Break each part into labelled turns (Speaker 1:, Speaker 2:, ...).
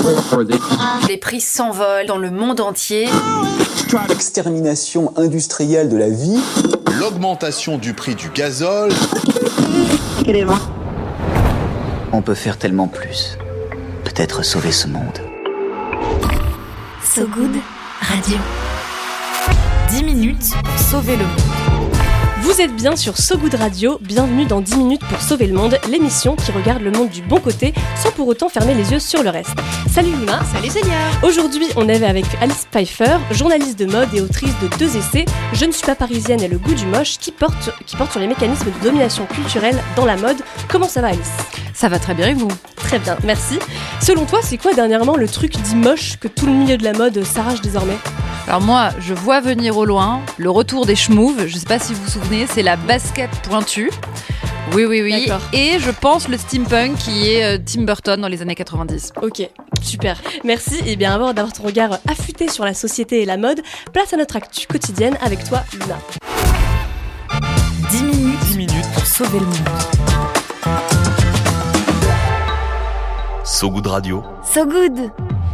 Speaker 1: Les prix s'envolent dans le monde entier.
Speaker 2: L'extermination industrielle de la vie.
Speaker 3: L'augmentation du prix du gazole.
Speaker 4: On peut faire tellement plus. Peut-être sauver ce monde.
Speaker 5: So Good Radio.
Speaker 1: 10 minutes pour sauver le monde.
Speaker 6: Vous êtes bien sur So Good Radio, bienvenue dans 10 minutes pour sauver le monde, l'émission qui regarde le monde du bon côté sans pour autant fermer les yeux sur le reste. Salut Luna.
Speaker 7: Salut Célia.
Speaker 6: Aujourd'hui on est avec Alice Pfeiffer, journaliste de mode et autrice de 2 essais, Je ne suis pas parisienne et le goût du moche, qui porte sur les mécanismes de domination culturelle dans la mode. Comment ça va Alice ?
Speaker 7: Ça va très bien et vous ?
Speaker 6: Très bien, merci. Selon toi, c'est quoi dernièrement le truc dit moche que tout le milieu de la mode s'arrache désormais ?
Speaker 7: Alors moi, je vois venir au loin le retour des schmouves. Je sais pas si vous vous souvenez, c'est la basket pointue. Oui.
Speaker 6: D'accord.
Speaker 7: Et je pense le steampunk qui est Tim Burton dans les années 90.
Speaker 6: Ok, super. Merci. Et bien avant d'avoir ton regard affûté sur la société et la mode, place à notre actu quotidienne avec toi, Luna.
Speaker 1: 10 minutes pour sauver le monde.
Speaker 3: So Good Radio.
Speaker 5: So Good.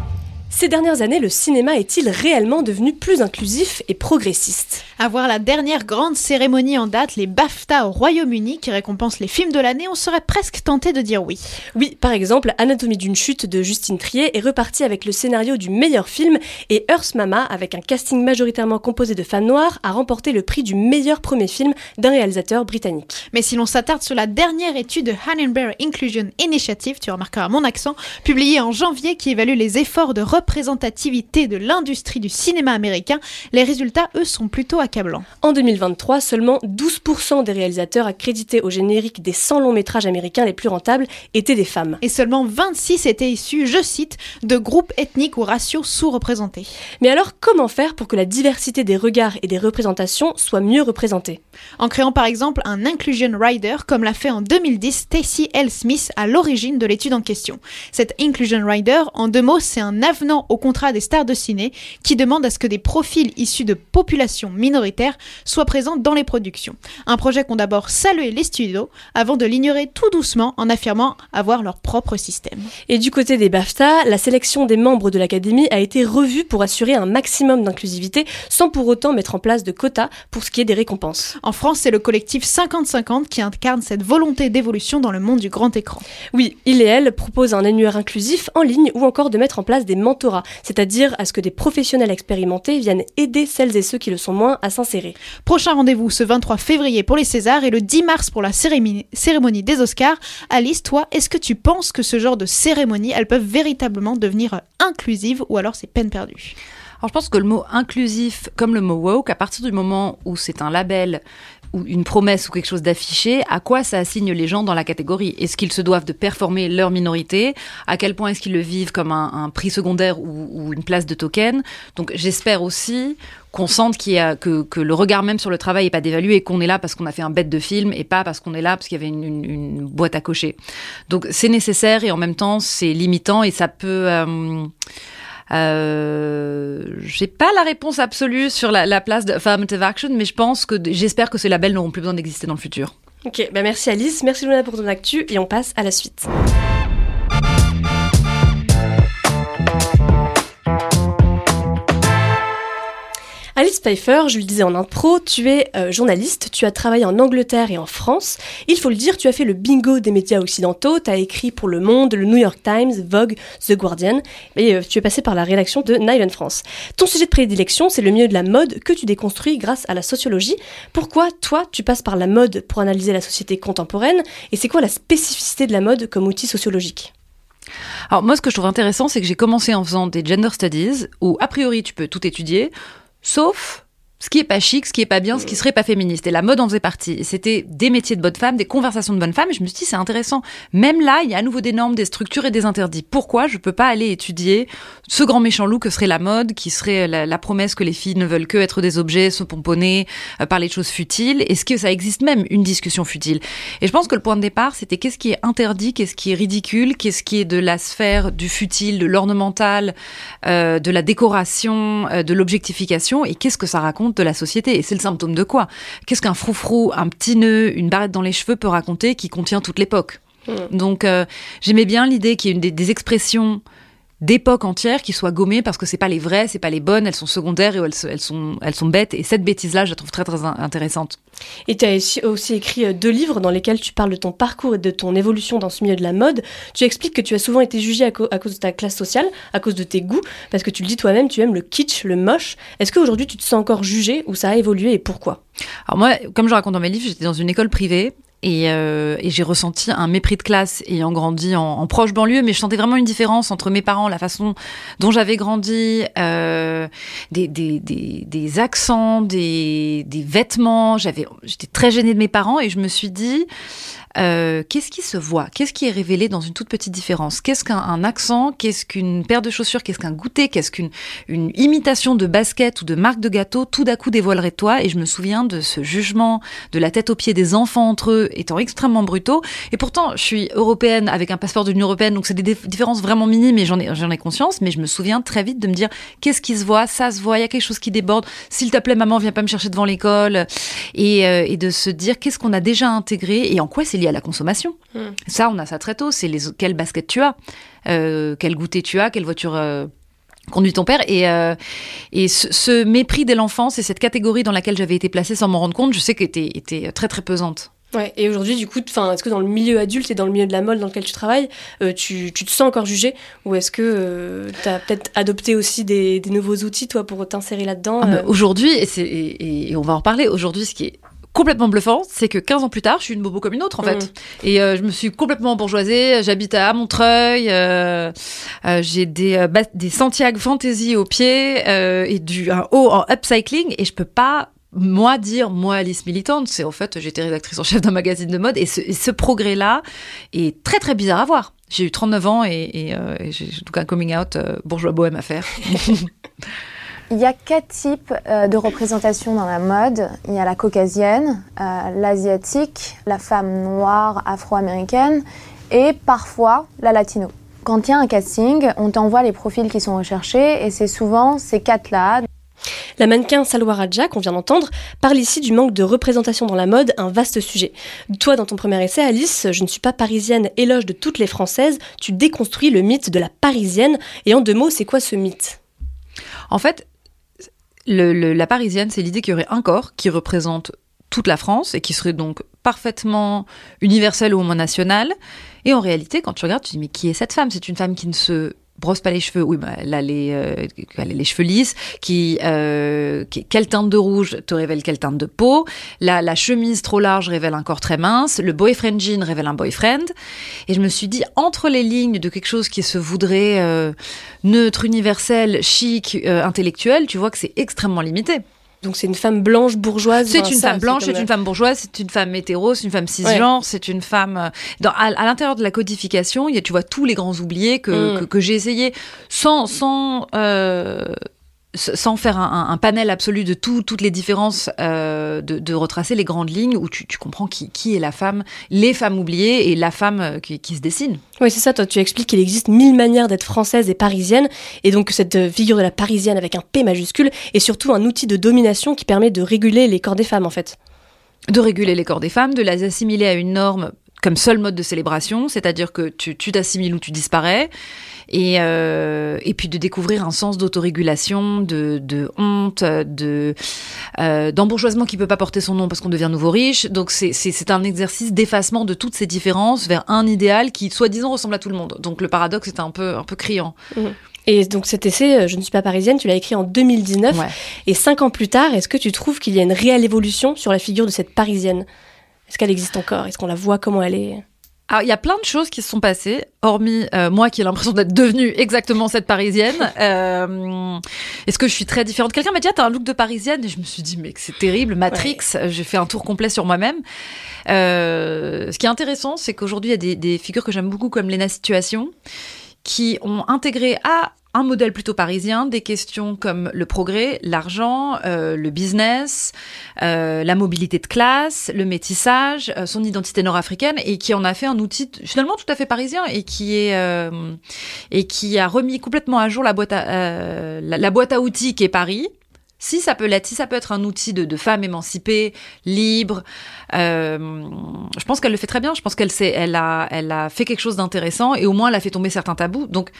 Speaker 6: Ces dernières années, le cinéma est-il réellement devenu plus inclusif et progressiste ?
Speaker 8: À voir la dernière grande cérémonie en date, les BAFTA au Royaume-Uni, qui récompensent les films de l'année, on serait presque tenté de dire oui.
Speaker 6: Oui, par exemple, Anatomie d'une chute de Justine Triet est reparti avec le scénario du meilleur film et Earth Mama, avec un casting majoritairement composé de femmes noires, a remporté le prix du meilleur premier film d'un réalisateur britannique.
Speaker 8: Mais si l'on s'attarde sur la dernière étude de Annenberg Inclusion Initiative, tu remarqueras mon accent, publiée en janvier, qui évalue les efforts de représentativité de l'industrie du cinéma américain, les résultats, eux, sont plutôt accablants.
Speaker 6: En 2023, seulement 12% des réalisateurs accrédités au générique des 100 longs métrages américains les plus rentables étaient des femmes.
Speaker 8: Et seulement 26 étaient issus, je cite, de groupes ethniques ou raciaux sous-représentés.
Speaker 6: Mais alors, comment faire pour que la diversité des regards et des représentations soit mieux représentée ?
Speaker 8: En créant par exemple un Inclusion Rider, comme l'a fait en 2010 Stacey L. Smith à l'origine de l'étude en question. Cet Inclusion Rider, en 2 mots, c'est un avenant au contrat des stars de ciné qui demande à ce que des profils issus de populations minoritaires soient présents dans les productions. Un projet qu'ont d'abord salué les studios avant de l'ignorer tout doucement en affirmant avoir leur propre système.
Speaker 6: Et du côté des BAFTA, la sélection des membres de l'Académie a été revue pour assurer un maximum d'inclusivité sans pour autant mettre en place de quotas pour ce qui est des récompenses.
Speaker 8: En France, c'est le collectif 50-50 qui incarne cette volonté d'évolution dans le monde du grand écran.
Speaker 6: Oui, il et elle proposent un annuaire inclusif en ligne ou encore de mettre en place des mentorats, c'est-à-dire à ce que des professionnels expérimentés viennent aider celles et ceux qui le sont moins à s'insérer.
Speaker 8: Prochain rendez-vous ce 23 février pour les Césars et le 10 mars pour la cérémonie des Oscars. Alice, toi, est-ce que tu penses que ce genre de cérémonies, elles peuvent véritablement devenir inclusives ou alors c'est peine perdue ?
Speaker 7: Alors je pense que le mot inclusif, comme le mot woke, à partir du moment où c'est un label ou une promesse ou quelque chose d'affiché, à quoi ça assigne les gens dans la catégorie ? Est-ce qu'ils se doivent de performer leur minorité ? À quel point est-ce qu'ils le vivent comme un prix secondaire ou une place de token ? Donc j'espère aussi qu'on sente que le regard même sur le travail n'est pas dévalué et qu'on est là parce qu'on a fait un bête de film et pas parce qu'on est là parce qu'il y avait une boîte à cocher. Donc c'est nécessaire et en même temps c'est limitant et ça peut... j'ai pas la réponse absolue sur la place de Affirmative Action, mais j'espère que ces labels n'auront plus besoin d'exister dans le futur.
Speaker 6: Ok, merci Alice, merci Luna pour ton actu et on passe à la suite. Alice Pfeiffer, je le disais en intro, tu es journaliste, tu as travaillé en Angleterre et en France. Il faut le dire, tu as fait le bingo des médias occidentaux, tu as écrit pour Le Monde, le New York Times, Vogue, The Guardian, et tu es passé par la rédaction de Niven France. Ton sujet de prédilection, c'est le milieu de la mode que tu déconstruis grâce à la sociologie. Pourquoi, toi, tu passes par la mode pour analyser la société contemporaine, et c'est quoi la spécificité de la mode comme outil sociologique ?
Speaker 7: Alors moi, ce que je trouve intéressant, c'est que j'ai commencé en faisant des gender studies, où a priori tu peux tout étudier, sauf ce qui est pas chic, ce qui est pas bien, ce qui serait pas féministe. Et la mode en faisait partie. Et c'était des métiers de bonnes femmes, des conversations de bonnes femmes. Et je me suis dit, c'est intéressant. Même là, il y a à nouveau des normes, des structures et des interdits. Pourquoi je peux pas aller étudier ce grand méchant loup que serait la mode, qui serait la promesse que les filles ne veulent que être des objets, se pomponner, parler de choses futiles? Est-ce que ça existe même une discussion futile? Et je pense que le point de départ, c'était qu'est-ce qui est interdit, qu'est-ce qui est ridicule, qu'est-ce qui est de la sphère du futile, de l'ornemental, de la décoration, de l'objectification, et qu'est-ce que ça raconte de la société. Et c'est le symptôme de quoi? Qu'est-ce qu'un froufrou, un petit nœud, une barrette dans les cheveux peut raconter qui contient toute l'époque? Donc j'aimais bien l'idée qu'il y ait des expressions d'époques entières qui soient gommées parce que c'est pas les vraies, c'est pas les bonnes, elles sont secondaires et elles sont bêtes. Et cette bêtise-là, je la trouve très très intéressante.
Speaker 6: Et tu as aussi écrit 2 livres dans lesquels tu parles de ton parcours et de ton évolution dans ce milieu de la mode. Tu expliques que tu as souvent été jugée à cause de ta classe sociale, à cause de tes goûts, parce que tu le dis toi-même, tu aimes le kitsch, le moche. Est-ce qu'aujourd'hui tu te sens encore jugée ou ça a évolué et pourquoi ?
Speaker 7: Alors moi, comme je raconte dans mes livres, j'étais dans une école privée. Et j'ai ressenti un mépris de classe ayant grandi en proche banlieue, mais je sentais vraiment une différence entre mes parents, la façon dont j'avais grandi, des accents, des vêtements. J'étais très gênée de mes parents et je me suis dit, qu'est-ce qui se voit ? Qu'est-ce qui est révélé dans une toute petite différence ? Qu'est-ce qu'un accent ? Qu'est-ce qu'une paire de chaussures ? Qu'est-ce qu'un goûter ? Qu'est-ce qu'une imitation de basket ou de marque de gâteau tout d'un coup dévoilerait de toi ? Et je me souviens de ce jugement de la tête aux pieds des enfants entre eux étant extrêmement brutaux. Et pourtant, je suis européenne avec un passeport de l'Union européenne, donc c'est des différences vraiment minimes et j'en ai conscience, mais je me souviens très vite de me dire qu'est-ce qui se voit ? Ça se voit, il y a quelque chose qui déborde. S'il te plaît, maman, viens pas me chercher devant l'école. Et de se dire qu'est-ce qu'on a déjà intégré et en quoi c'est lié à la consommation. Ça, on a ça très tôt. C'est quel basket tu as, quel goûter tu as, quelle voiture conduit ton père. Et ce mépris dès l'enfance et cette catégorie dans laquelle j'avais été placée sans m'en rendre compte, je sais qu'elle était très très pesante.
Speaker 6: Ouais, et aujourd'hui, du coup, est-ce que dans le milieu adulte et dans le milieu de la mode dans lequel tu travailles, tu te sens encore jugée ? Ou est-ce que tu as peut-être adopté aussi des nouveaux outils, toi, pour t'insérer là-dedans
Speaker 7: Aujourd'hui, et on va en reparler, aujourd'hui, ce qui est complètement bluffant, c'est que 15 ans plus tard, je suis une bobo comme une autre, en fait. Et je me suis complètement bourgeoisée, j'habite à Montreuil, j'ai des Santiago Fantasy aux pieds et un haut en upcycling, et je peux pas moi Alice militante, c'est en fait j'étais rédactrice en chef d'un magazine de mode et ce progrès-là est très très bizarre à voir. J'ai eu 39 ans et j'ai donc un coming out bourgeois bohème à faire.
Speaker 9: Il y a 4 types de représentation dans la mode. Il y a la caucasienne, l'asiatique, la femme noire afro-américaine et parfois la latino. Quand il y a un casting, on t'envoie les profils qui sont recherchés et c'est souvent ces 4-là.
Speaker 6: La mannequin Salwa Raja, qu'on vient d'entendre, parle ici du manque de représentation dans la mode, un vaste sujet. Toi, dans ton premier essai, Alice, Je ne suis pas parisienne, éloge de toutes les Françaises, tu déconstruis le mythe de la parisienne. Et en 2 mots, c'est quoi ce mythe ?
Speaker 7: En fait, la parisienne, c'est l'idée qu'il y aurait un corps qui représente toute la France et qui serait donc parfaitement universel ou au moins national. Et en réalité, quand tu regardes, tu te dis mais qui est cette femme ? C'est une femme qui ne se brosse pas les cheveux, oui, elle a les cheveux lisses, quelle teinte de rouge te révèle quelle teinte de peau, la chemise trop large révèle un corps très mince, le boyfriend jean révèle un boyfriend, et je me suis dit, entre les lignes de quelque chose qui se voudrait neutre, universel, chic, intellectuel, tu vois que c'est extrêmement limité.
Speaker 6: Donc c'est une femme blanche bourgeoise.
Speaker 7: C'est une femme blanche, c'est une femme bourgeoise, c'est une femme hétéro, c'est une femme cisgenre, c'est une femme. À l'intérieur de la codification, tu vois tous les grands oubliés que j'ai essayé sans faire un panel absolu de toutes les différences, de retracer les grandes lignes où tu comprends qui est la femme, les femmes oubliées et la femme qui se dessine.
Speaker 6: Oui, c'est ça, toi tu expliques qu'il existe 1000 manières d'être française et parisienne, et donc cette figure de la parisienne avec un P majuscule est surtout un outil de domination qui permet de réguler les corps des femmes en fait.
Speaker 7: De réguler les corps des femmes, de les assimiler à une norme comme seul mode de célébration, c'est-à-dire que tu t'assimiles ou tu disparais, et puis de découvrir un sens d'autorégulation, de honte, d'embourgeoisement qui peut pas porter son nom parce qu'on devient nouveau riche. Donc c'est un exercice d'effacement de toutes ces différences vers un idéal qui soi-disant ressemble à tout le monde. Donc le paradoxe est un peu criant.
Speaker 6: Et donc cet essai, Je ne suis pas parisienne, tu l'as écrit en 2019, et 5 ans plus tard, est-ce que tu trouves qu'il y a une réelle évolution sur la figure de cette parisienne ? Est-ce qu'elle existe encore ? Est-ce qu'on la voit ? Comment elle est ?
Speaker 7: Alors, il y a plein de choses qui se sont passées, hormis moi qui ai l'impression d'être devenue exactement cette parisienne. Est-ce que je suis très différente ? Quelqu'un m'a dit « Ah, t'as un look de parisienne » et je me suis dit « Mais c'est terrible, Matrix !» J'ai fait un tour complet sur moi-même. Ce qui est intéressant, c'est qu'aujourd'hui, il y a des figures que j'aime beaucoup, comme Léna Situation, qui ont intégré un modèle plutôt parisien, des questions comme le progrès, l'argent, le business, la mobilité de classe, le métissage, son identité nord-africaine, et qui en a fait un outil finalement tout à fait parisien et qui a remis complètement à jour la boîte à outils qu'est Paris. Si ça peut être un outil de femme émancipée, libre, je pense qu'elle le fait très bien. Je pense qu'elle a fait quelque chose d'intéressant et au moins elle a fait tomber certains tabous. Donc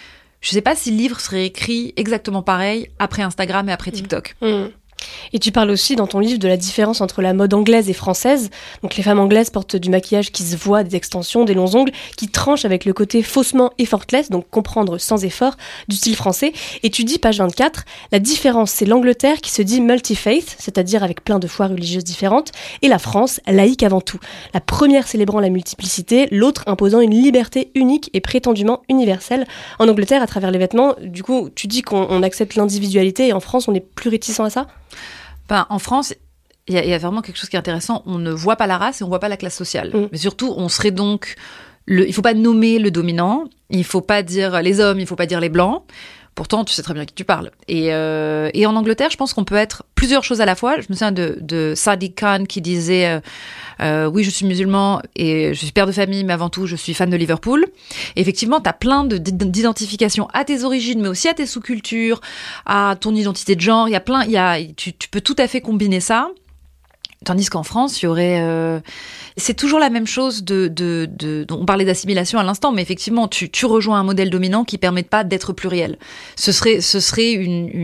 Speaker 7: je sais pas si le livre serait écrit exactement pareil après Instagram et après TikTok.
Speaker 6: Et tu parles aussi dans ton livre de la différence entre la mode anglaise et française. Donc les femmes anglaises portent du maquillage qui se voit, des extensions, des longs ongles, qui tranchent avec le côté faussement effortless, donc comprendre sans effort, du style français. Et tu dis, page 24, la différence, c'est l'Angleterre qui se dit multi-faith, c'est-à-dire avec plein de foi religieuses différentes, et la France, laïque avant tout. La première célébrant la multiplicité, l'autre imposant une liberté unique et prétendument universelle. En Angleterre, à travers les vêtements, du coup, tu dis qu'on accepte l'individualité, et en France, on est plus réticent à ça ?
Speaker 7: En France, il y a vraiment quelque chose qui est intéressant. On ne voit pas la race et on ne voit pas la classe sociale. Mais surtout, on serait donc... il ne faut pas nommer le dominant. Il ne faut pas dire les hommes, il ne faut pas dire les blancs. Pourtant, tu sais très bien qui tu parles. Et en Angleterre, je pense qu'on peut être plusieurs choses à la fois. Je me souviens de Sadiq Khan qui disait oui, je suis musulman et je suis père de famille, mais avant tout, je suis fan de Liverpool. Et effectivement, tu as plein d'identifications à tes origines, mais aussi à tes sous-cultures, à ton identité de genre. Tu peux tout à fait combiner ça. Tandis qu'en France, il y aurait... c'est toujours la même chose on parlait d'assimilation à l'instant, mais effectivement, tu rejoins un modèle dominant qui ne permet pas d'être pluriel. Ce serait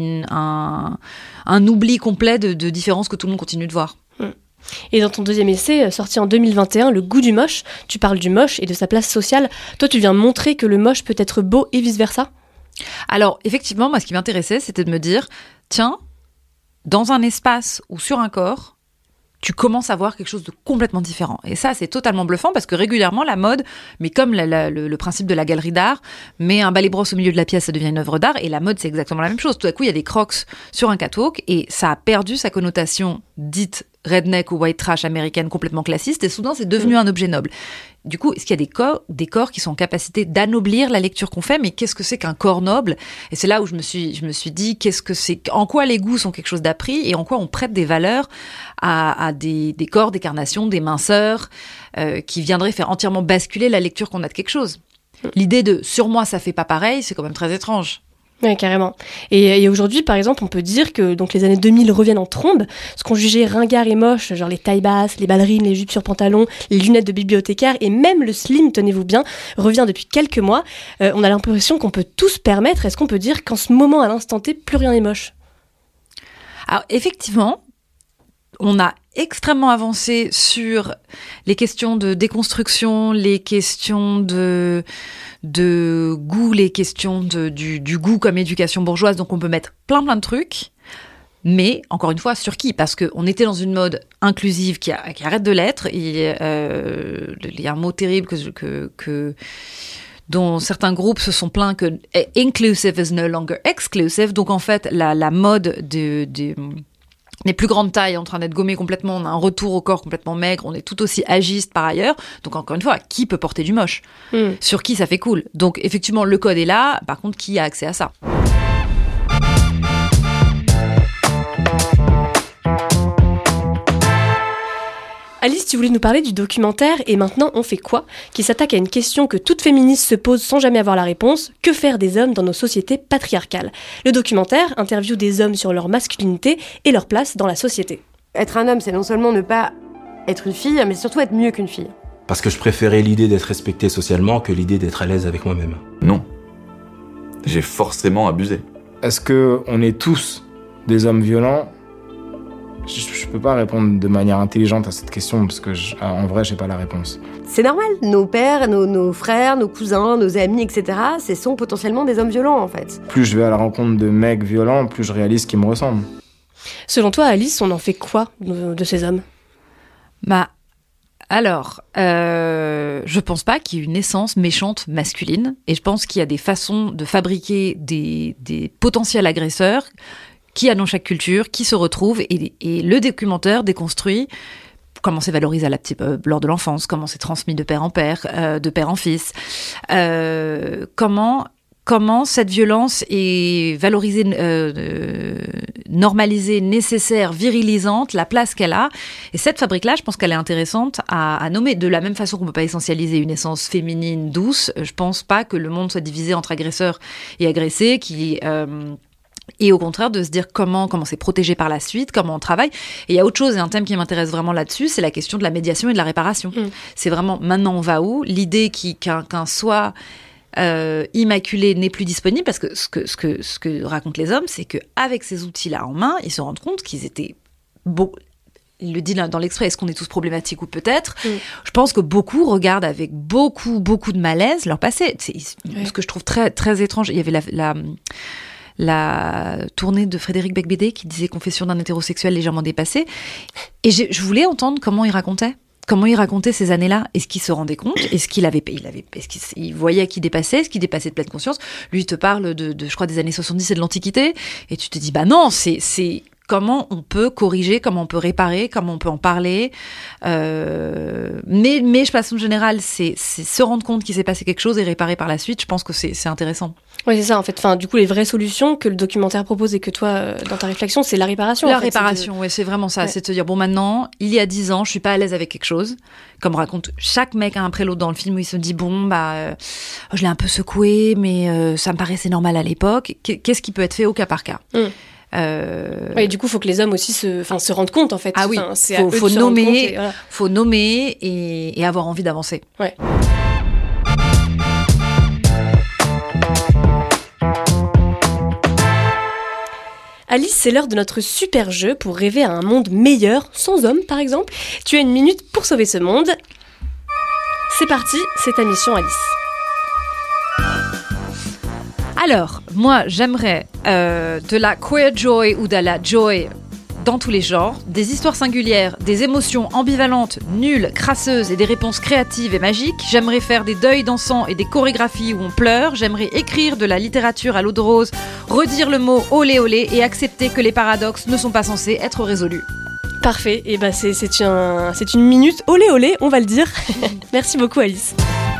Speaker 7: un oubli complet de différences que tout le monde continue de voir.
Speaker 6: Et dans ton deuxième essai, sorti en 2021, Le goût du moche, tu parles du moche et de sa place sociale. Toi, tu viens montrer que le moche peut être beau et vice-versa ?
Speaker 7: Alors, effectivement, moi, ce qui m'intéressait, c'était de me dire, tiens, dans un espace ou sur un corps, tu commences à voir quelque chose de complètement différent. Et ça, c'est totalement bluffant parce que régulièrement, la mode, mais comme le principe de la galerie d'art, met un balai-brosse au milieu de la pièce, ça devient une œuvre d'art. Et la mode, c'est exactement la même chose. Tout à coup, il y a des crocs sur un catwalk et ça a perdu sa connotation dite redneck ou white trash américaine complètement classiste et soudain, c'est devenu un objet noble. Du coup, est-ce qu'il y a des corps qui sont en capacité d'anoblir la lecture qu'on fait ? Mais qu'est-ce que c'est qu'un corps noble ? Et c'est là où je me suis dit, en quoi les goûts sont quelque chose d'appris et en quoi on prête des valeurs à des corps, des carnations, des minceurs qui viendraient faire entièrement basculer la lecture qu'on a de quelque chose. L'idée de « sur moi, ça fait pas pareil », c'est quand même très étrange.
Speaker 6: Oui, carrément. Et aujourd'hui, par exemple, on peut dire que donc les années 2000 reviennent en trombe. Ce qu'on jugeait ringard et moche, genre les tailles basses, les ballerines, les jupes sur pantalon, les lunettes de bibliothécaire et même le slim, tenez-vous bien, revient depuis quelques mois. On a l'impression qu'on peut tout se permettre. Est-ce qu'on peut dire qu'en ce moment, à l'instant T, plus rien n'est moche ?
Speaker 7: Alors, effectivement, on a extrêmement avancé sur les questions de déconstruction, les questions de goût, les questions du goût comme éducation bourgeoise. Donc on peut mettre plein de trucs, mais encore une fois, sur qui ? Parce qu'on était dans une mode inclusive qui arrête de l'être. Il y a un mot terrible dont certains groupes se sont plaints que « inclusive is no longer exclusive ». Donc en fait, la mode les plus grandes tailles en train d'être gommées complètement, on a un retour au corps complètement maigre, on est tout aussi agiste par ailleurs. Donc encore une fois, qui peut porter du moche ? Sur qui ça fait cool ? Donc effectivement, le code est là, par contre, qui a accès à ça ?
Speaker 6: Alice, tu voulais nous parler du documentaire « Et maintenant, on fait quoi ?», qui s'attaque à une question que toute féministe se pose sans jamais avoir la réponse. Que faire des hommes dans nos sociétés patriarcales ? Le documentaire interviewe des hommes sur leur masculinité et leur place dans la société.
Speaker 10: Être un homme, c'est non seulement ne pas être une fille, mais surtout être mieux qu'une fille.
Speaker 11: Parce que je préférais l'idée d'être respecté socialement que l'idée d'être à l'aise avec moi-même.
Speaker 12: Non. J'ai forcément abusé.
Speaker 13: Est-ce qu'on est tous des hommes violents ? Je peux pas répondre de manière intelligente à cette question parce que en vrai, j'ai pas la réponse.
Speaker 10: C'est normal. Nos pères, nos frères, nos cousins, nos amis, etc., ce sont potentiellement des hommes violents, en fait.
Speaker 13: Plus je vais à la rencontre de mecs violents, plus je réalise qu'ils me ressemblent.
Speaker 6: Selon toi, Alice, on en fait quoi de ces hommes ?
Speaker 7: Alors, je pense pas qu'il y ait une essence méchante masculine et je pense qu'il y a des façons de fabriquer des potentiels agresseurs qui dans chaque culture, qui se retrouvent, et le documentaire déconstruit comment c'est valorisé lors de l'enfance, comment c'est transmis de père en père, de père en fils, comment cette violence est valorisée, normalisée, nécessaire, virilisante, la place qu'elle a. Et cette fabrique-là, je pense qu'elle est intéressante à nommer. De la même façon qu'on ne peut pas essentialiser une essence féminine douce, je ne pense pas que le monde soit divisé entre agresseurs et agressés, et au contraire de se dire comment c'est protégé par la suite, comment on travaille. Et il y a autre chose, et un thème qui m'intéresse vraiment là-dessus, c'est la question de la médiation et de la réparation. C'est vraiment, maintenant on va où ? L'idée qu'un soi Immaculée n'est plus disponible parce que ce que racontent les hommes, c'est qu'avec ces outils-là en main, ils se rendent compte qu'ils étaient il le dit dans l'extrait, est-ce qu'on est tous problématiques ou peut-être Je pense que beaucoup regardent avec beaucoup de malaise leur passé. Ce que je trouve très, très étrange. Il y avait la tournée de Frédéric Becbédé qui disait Confession d'un hétérosexuel légèrement dépassé. Et je voulais entendre comment il racontait ces années-là. Est-ce qu'il se rendait compte? Est-ce qu'il voyait qu'il dépassait? Est-ce qu'il dépassait de pleine conscience? Lui, il te parle de je crois, des années 70 et de l'Antiquité. Et tu te dis, bah non, c'est comment on peut corriger, comment on peut réparer, comment on peut en parler. Mais je pense en général, c'est se rendre compte qu'il s'est passé quelque chose et réparer par la suite. Je pense que c'est intéressant.
Speaker 6: Oui, c'est ça, en fait. Enfin, du coup, les vraies solutions que le documentaire propose et que toi, dans ta réflexion, c'est la réparation.
Speaker 7: La réparation, oui, c'est vraiment ça. Ouais. C'est de te dire, bon, maintenant, il y a 10 ans, je suis pas à l'aise avec quelque chose. Comme raconte chaque mec un après l'autre dans le film où il se dit, bon, je l'ai un peu secoué, mais ça me paraissait normal à l'époque. Qu'est-ce qui peut être fait au cas par cas?
Speaker 6: Ouais, du coup, il faut que les hommes aussi se rendent compte, en fait.
Speaker 7: Ah oui, faut nommer et avoir envie d'avancer.
Speaker 6: Ouais. Alice, c'est l'heure de notre super jeu pour rêver à un monde meilleur, sans hommes par exemple. Tu as 1 minute pour sauver ce monde. C'est parti, c'est ta mission, Alice.
Speaker 7: Alors, moi, j'aimerais de la queer joy ou de la joy dans tous les genres, des histoires singulières, des émotions ambivalentes, nulles, crasseuses et des réponses créatives et magiques. J'aimerais faire des deuils dansants et des chorégraphies où on pleure. J'aimerais écrire de la littérature à l'eau de rose, redire le mot olé olé et accepter que les paradoxes ne sont pas censés être résolus.
Speaker 6: Parfait, et c'est une minute olé olé, on va le dire. Merci beaucoup, Alice.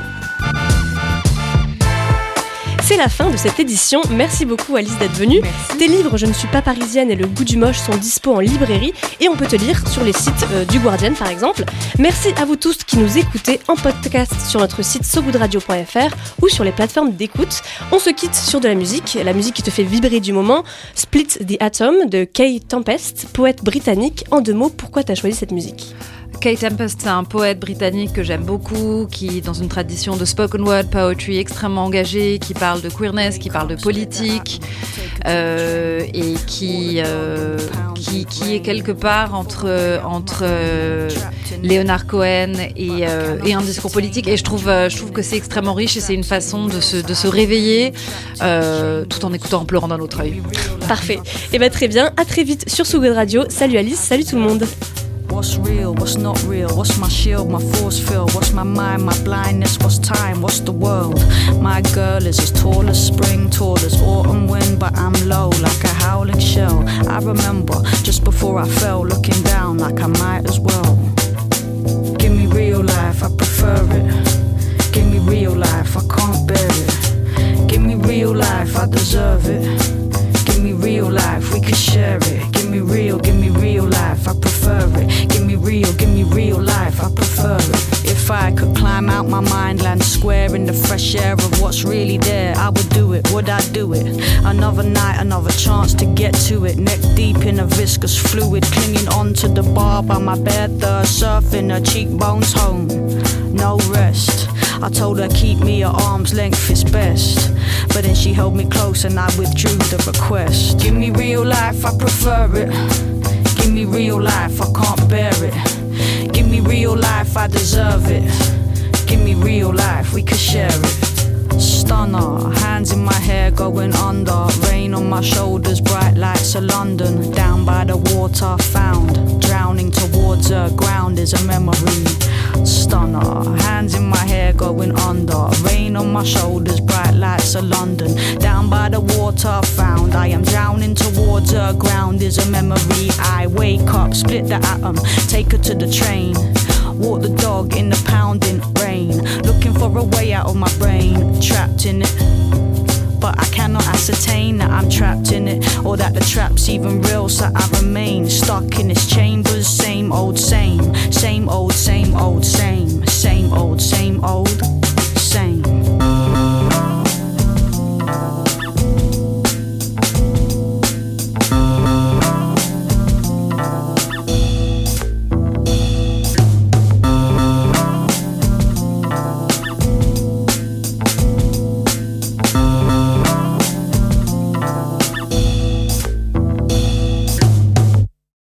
Speaker 6: C'est la fin de cette édition. Merci beaucoup Alice d'être venue.
Speaker 7: Merci.
Speaker 6: Tes livres Je ne suis pas parisienne et Le goût du moche sont dispo en librairie et on peut te lire sur les sites du Guardian par exemple. Merci à vous tous qui nous écoutez en podcast sur notre site sogoodradio.fr ou sur les plateformes d'écoute. On se quitte sur de la musique qui te fait vibrer du moment. Split the Atom de Kay Tempest, poète britannique. En 2 mots, pourquoi t'as choisi cette musique ?
Speaker 7: Kay Tempest, c'est un poète britannique que j'aime beaucoup, qui, dans une tradition de spoken word poetry extrêmement engagée, qui parle de queerness, qui parle de politique, et qui est quelque part entre Leonard Cohen et un discours politique. Et je trouve que c'est extrêmement riche et c'est une façon de se réveiller tout en écoutant en pleurant d'un autre œil.
Speaker 6: Parfait. Et bien très bien, à très vite sur So Good Radio. Salut Alice, salut tout le monde.
Speaker 14: What's real, what's not real, what's my shield, my force field, what's my mind, my blindness, what's time, what's the world? My girl is as tall as spring, tall as autumn wind, but I'm low like a howling shell. I remember just before I fell, looking down like I might as well. Give me real life, I prefer it. Give me real life, I can't bear it. Give me real life, I deserve it. Give me real life, we could share it. Give me real life, I prefer it. Give me real life, I prefer it. If I could climb out my mind, land square in the fresh air of what's really there, I would do it, would I do it? Another night, another chance to get to it. Neck deep in a viscous fluid, clinging onto the bar by my bare thirst, surfing her cheekbones home. No rest. I told her keep me at arm's length is best, but then she held me close and I withdrew the request. Give me real life, I prefer it. Give me real life, I can't bear it. Give me real life, I deserve it. Give me real life, we could share it. Stunner, hands in my hair going under, rain on my shoulders, bright lights of London. Down by the water, found, drowning towards her, ground is a memory. Stunner, hands in my hair going under, rain on my shoulders, bright lights of London. Down by the water, found, I am drowning towards her, ground is a memory. I wake up, split the atom, take her to the train. Walk the dog in the pounding rain, looking for a way out of my brain, trapped in it. But I cannot ascertain that I'm trapped in it, or that the trap's even real, so I remain stuck in this chambers. Same old, same, same old, same old, same, same old, same old.